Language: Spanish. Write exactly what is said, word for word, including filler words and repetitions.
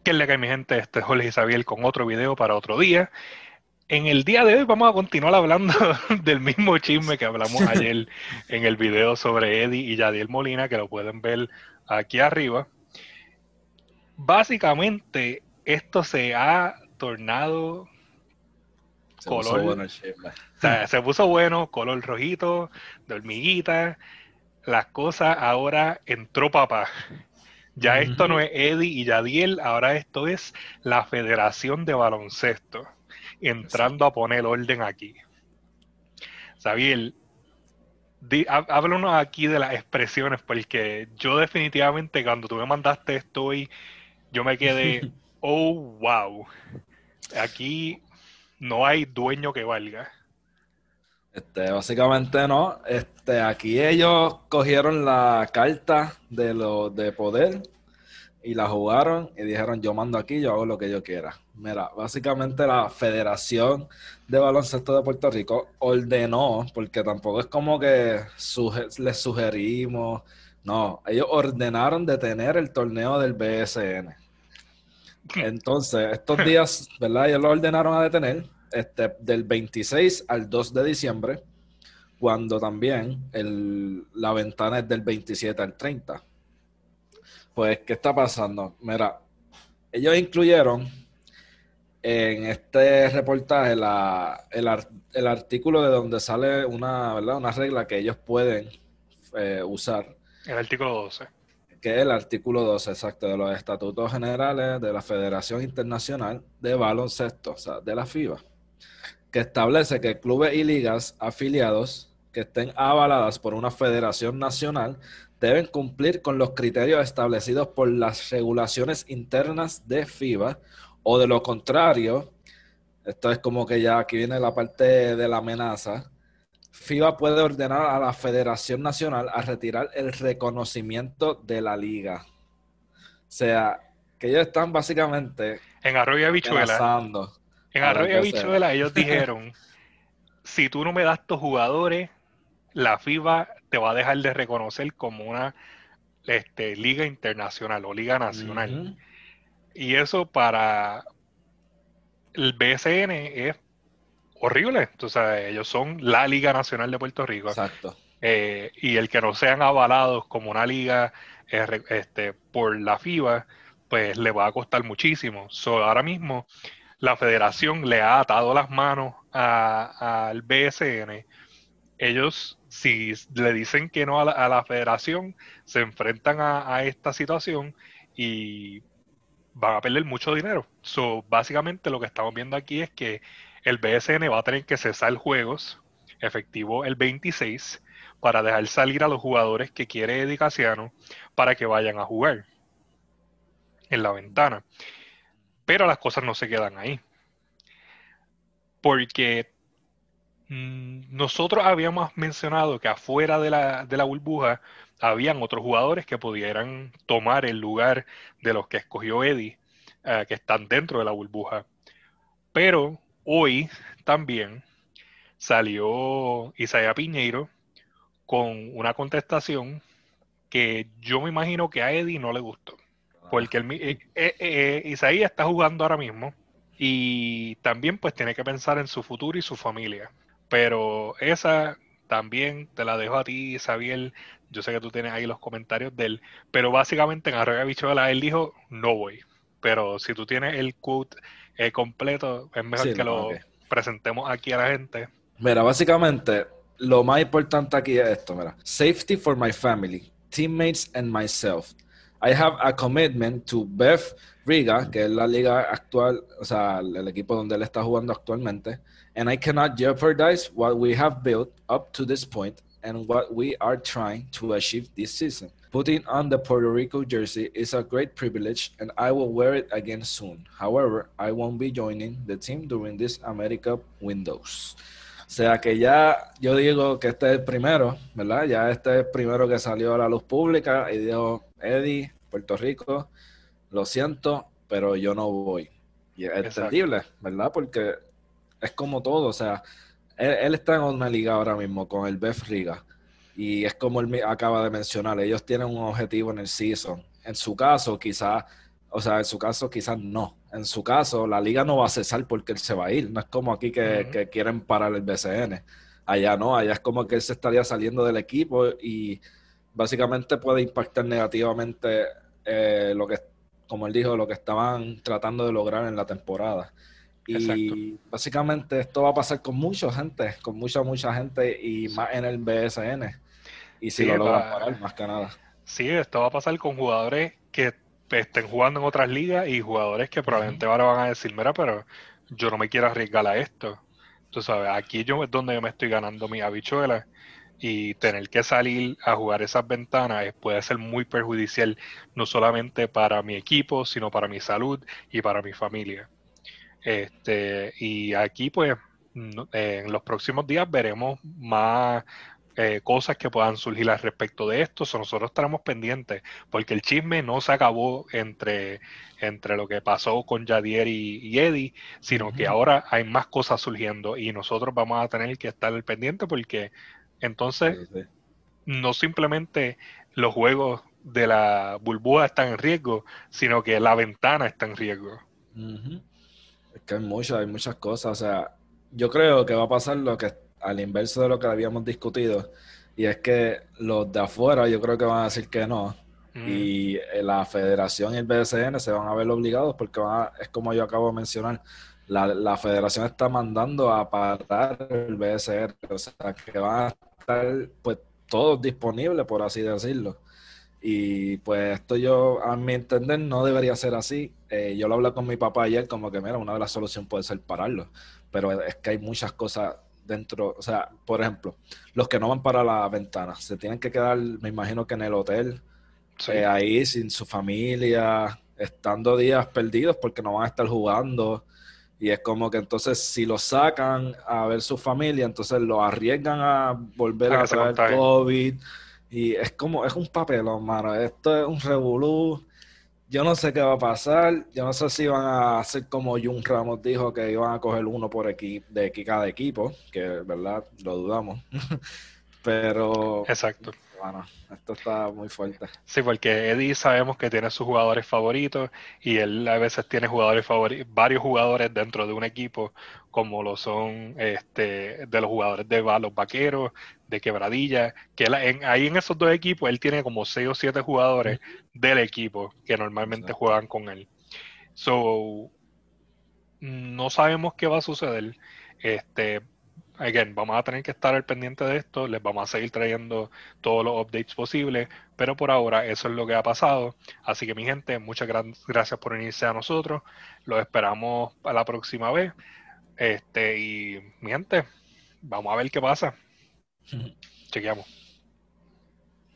¿Qué es la que hay, mi gente? Este es Jorge Isabel con otro video para otro día. En el día de hoy vamos a continuar hablando del mismo chisme que hablamos ayer en el video sobre Eddie y Yadiel Molina, que lo pueden ver aquí arriba. Básicamente, esto se ha tornado Se puso color, bueno el chisme. o sea, se puso bueno, color rojito, de hormiguita. Las cosas ahora entró papá. Ya esto no Ujú. es Eddie y Yadiel, ahora esto es la Federación de Baloncesto, entrando Exacto. a poner orden aquí. Sabiel, di, há- háblanos aquí de las expresiones, porque yo definitivamente cuando tú me mandaste esto hoy, yo me quedé, oh, wow, aquí no hay dueño que valga. Este, básicamente no. Este, aquí ellos cogieron la carta de lo de poder y la jugaron y dijeron, yo mando aquí, yo hago lo que yo quiera. Mira, básicamente la Federación de Baloncesto de Puerto Rico ordenó, porque tampoco es como que suge- les sugerimos, no, ellos ordenaron detener el torneo del B S N. Entonces, estos días, ¿verdad? Ellos lo ordenaron a detener, este, del veintiséis al dos de diciembre, cuando también el, la ventana es del veintisiete al treinta. Pues, ¿qué está pasando? Mira, ellos incluyeron en este reportaje la, el, ar- el artículo de donde sale una, ¿verdad? Una regla que ellos pueden eh, usar, El artículo doce. que es el artículo doce exacto de los estatutos generales de la Federación Internacional de Baloncesto, o sea, de la FIBA, que establece que clubes y ligas afiliados que estén avaladas por una federación nacional deben cumplir con los criterios establecidos por las regulaciones internas de FIBA, o de lo contrario, esto es como que ya aquí viene la parte de la amenaza, FIBA puede ordenar a la Federación Nacional a retirar el reconocimiento de la liga. O sea, que ellos están básicamente En Arroyo y Habichuela, amenazando en a las Arroyo y B C N. Habichuela ellos dijeron, si tú no me das tus jugadores, la FIBA te va a dejar de reconocer como una este, liga internacional o liga nacional. Ujú. Y eso para el B S N es horrible. Tú sabes, ellos son la Liga Nacional de Puerto Rico. Exacto. Eh, y el que no sean avalados como una liga eh, re- este, por la FIBA, pues le va a costar muchísimo. So, ahora mismo la federación le ha atado las manos a- al B S N. Ellos, si le dicen que no a la, a la federación, se enfrentan a, a esta situación y van a perder mucho dinero. So, básicamente lo que estamos viendo aquí es que el B S N va a tener que cesar juegos efectivo el veintiséis para dejar salir a los jugadores que quiere Eddie Casiano para que vayan a jugar en la ventana. Pero las cosas no se quedan ahí. Porque mmm, nosotros habíamos mencionado que afuera de la, de la burbuja habían otros jugadores que pudieran tomar el lugar de los que escogió Eddie, eh, que están dentro de la burbuja. Pero hoy también salió Isaiah Piñeiro con una contestación que yo me imagino que a Eddie no le gustó. Porque el, eh, eh, eh, Isaías está jugando ahora mismo y también pues tiene que pensar en su futuro y su familia. Pero esa también te la dejo a ti, Sabiel. Yo sé que tú tienes ahí los comentarios de él, pero básicamente en Arroyo Bichuela él dijo, no voy. Pero si tú tienes el quote eh, completo, es mejor Sí, que no, ok. lo presentemos aquí a la gente. Mira, básicamente, lo más importante aquí es esto, mira. Safety for my family, teammates and myself. I have a commitment to Beth Riga, que es la liga actual, o sea, el equipo donde él está jugando actualmente, and I cannot jeopardize what we have built up to this point and what we are trying to achieve this season. Putting on the Puerto Rico jersey is a great privilege, and I will wear it again soon. However, I won't be joining the team during this America windows. O sea que ya yo digo que este es el primero, ¿verdad? Ya este es el primero que salió a la luz pública y dijo, Eddie, Puerto Rico, lo siento, pero yo no voy. Y es Exacto. entendible, ¿verdad? Porque es como todo, o sea, él, él está en una liga ahora mismo con el Bef Riga y es como él acaba de mencionar, ellos tienen un objetivo en el season. En su caso, quizás O sea, en su caso quizás no. En su caso, la liga no va a cesar porque él se va a ir. No es como aquí que, Ujú. que quieren parar el B C N. Allá no, allá es como que él se estaría saliendo del equipo y básicamente puede impactar negativamente eh, lo que, como él dijo, lo que estaban tratando de lograr en la temporada. Exacto. Y básicamente esto va a pasar con mucha gente, con mucha, mucha gente y Sí, más en el B S N. Y si lo sí, logran va, parar, más que nada. sí, esto va a pasar con jugadores que estén jugando en otras ligas y jugadores que Ujú. probablemente ahora van a decir, mira, pero yo no me quiero arriesgar a esto. Tú sabes, aquí yo es donde yo me estoy ganando mis habichuelas y tener que salir a jugar esas ventanas es- puede ser muy perjudicial, no solamente para mi equipo, sino para mi salud y para mi familia. Este, y aquí, pues, no- eh, en los próximos días veremos más eh, cosas que puedan surgir al respecto de esto. So, nosotros estaremos pendientes, porque el chisme no se acabó entre, entre lo que pasó con Jadier y, y Eddie, sino que Ujú. ahora hay más cosas surgiendo y nosotros vamos a tener que estar al pendiente porque entonces Sí, sí. no simplemente los juegos de la burbuja están en riesgo, sino que la ventana está en riesgo. Ujú. Es que hay muchas, hay muchas cosas. O sea, yo creo que va a pasar lo que al inverso de lo que habíamos discutido. Y es que los de afuera yo creo que van a decir que no. Mm, Y eh, la federación y el B S N se van a ver obligados porque van a- es como yo acabo de mencionar. La, la federación está mandando a parar el B S N. O sea, que van a estar pues todos disponibles, por así decirlo. Y pues esto yo, a mi entender, no debería ser así. Eh, yo lo hablé con mi papá ayer, como que, mira, una de las soluciones puede ser pararlo. Pero es que hay muchas cosas dentro. O sea, por ejemplo, los que no van para la ventana, se tienen que quedar, me imagino que en el hotel, sí. eh, ahí sin su familia, estando días perdidos porque no van a estar jugando. Y es como que entonces si lo sacan a ver su familia, entonces lo arriesgan a volver A a que se traer contagien. COVID. Y es como, es un papelón, mano. Esto es un revolú. Yo no sé qué va a pasar. Yo no sé si van a hacer como Jun Ramos dijo que iban a coger uno por equipo, de aquí cada equipo, que verdad lo dudamos. Pero, Exacto. bueno, esto está muy fuerte. Sí, porque Eddie sabemos que tiene sus jugadores favoritos y él a veces tiene jugadores favoritos, varios jugadores dentro de un equipo, como lo son este, de los jugadores de va- los vaqueros, de Quebradilla, que él- en- ahí en esos dos equipos él tiene como seis o siete jugadores del equipo que normalmente Exacto. juegan con él. So, no sabemos qué va a suceder. Este, again, vamos a tener que estar al pendiente de esto, les vamos a seguir trayendo todos los updates posibles, pero por ahora eso es lo que ha pasado. Así que mi gente, muchas gran- gracias por unirse a nosotros. Los esperamos a la próxima vez. Este, y mi gente, vamos a ver qué pasa. Chequeamos.